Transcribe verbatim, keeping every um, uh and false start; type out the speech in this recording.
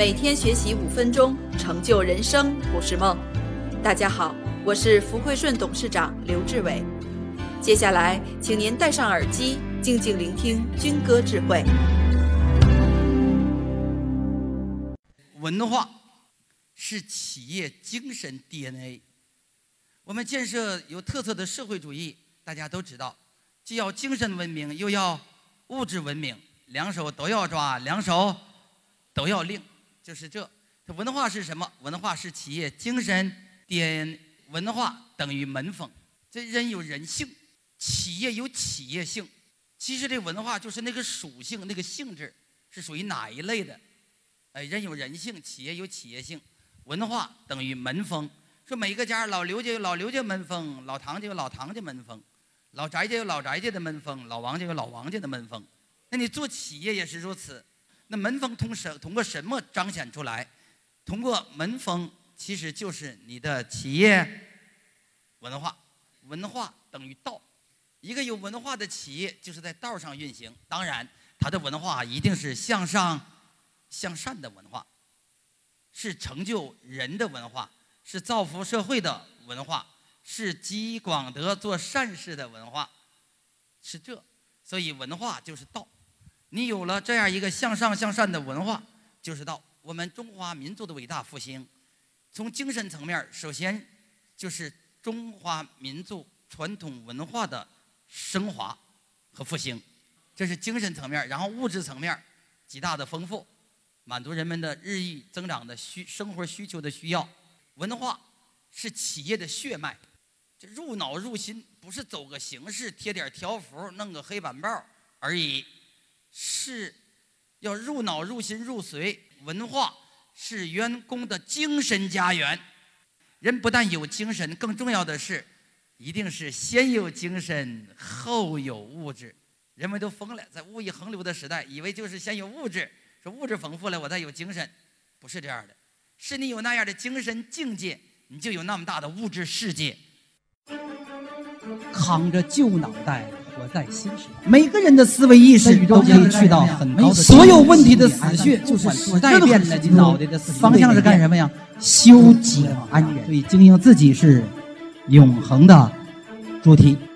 每天学习五分钟，成就人生不是梦。大家好，我是福汇顺董事长刘志伟。接下来，请您戴上耳机，静静聆听军歌智慧。 文化是企业精神 D N A。我们建设有特色的社会主义，大家都知道，既要精神文明，又要物质文明，两手都要抓，两手都要令，就是这。文化是什么？文化是企业精神 D N A。文化等于门风。这人有人性，企业有企业性。其实这文化就是那个属性，那个性质是属于哪一类的？哎，人有人性，企业有企业性。文化等于门风。说每个家，老刘家有老刘家门风，老唐家有老唐家门风，老翟家有老翟家的门风，老王家有老王家的门风。那你做企业也是如此。那门风通什通过什么彰显出来？通过门风，其实就是你的企业文化。文化等于道。一个有文化的企业就是在道上运行，当然它的文化一定是向上向善的文化，是成就人的文化，是造福社会的文化，是积广德做善事的文化，是这。所以文化就是道。你有了这样一个向上向善的文化，就是道。我们中华民族的伟大复兴，从精神层面，首先就是中华民族传统文化的升华和复兴，这是精神层面。然后物质层面极大的丰富，满足人们的日益增长的需生活需求的需要。文化是企业的血脉，这入脑入心，不是走个形式，贴点条幅，弄个黑板报而已，是要入脑入心入髓。文化是员工的精神家园。人不但有精神，更重要的是一定是先有精神后有物质。人们都疯了，在物欲横流的时代，以为就是先有物质，说物质丰富了我才有精神。不是这样的，是你有那样的精神境界，你就有那么大的物质世界。 扛着旧脑袋活在新时代，每个人的思维意识都可以去到很高的，所有问题的死穴就是时代变了，你脑袋的方向是干什么呀？修己安人。所以经营自己是永恒的主题。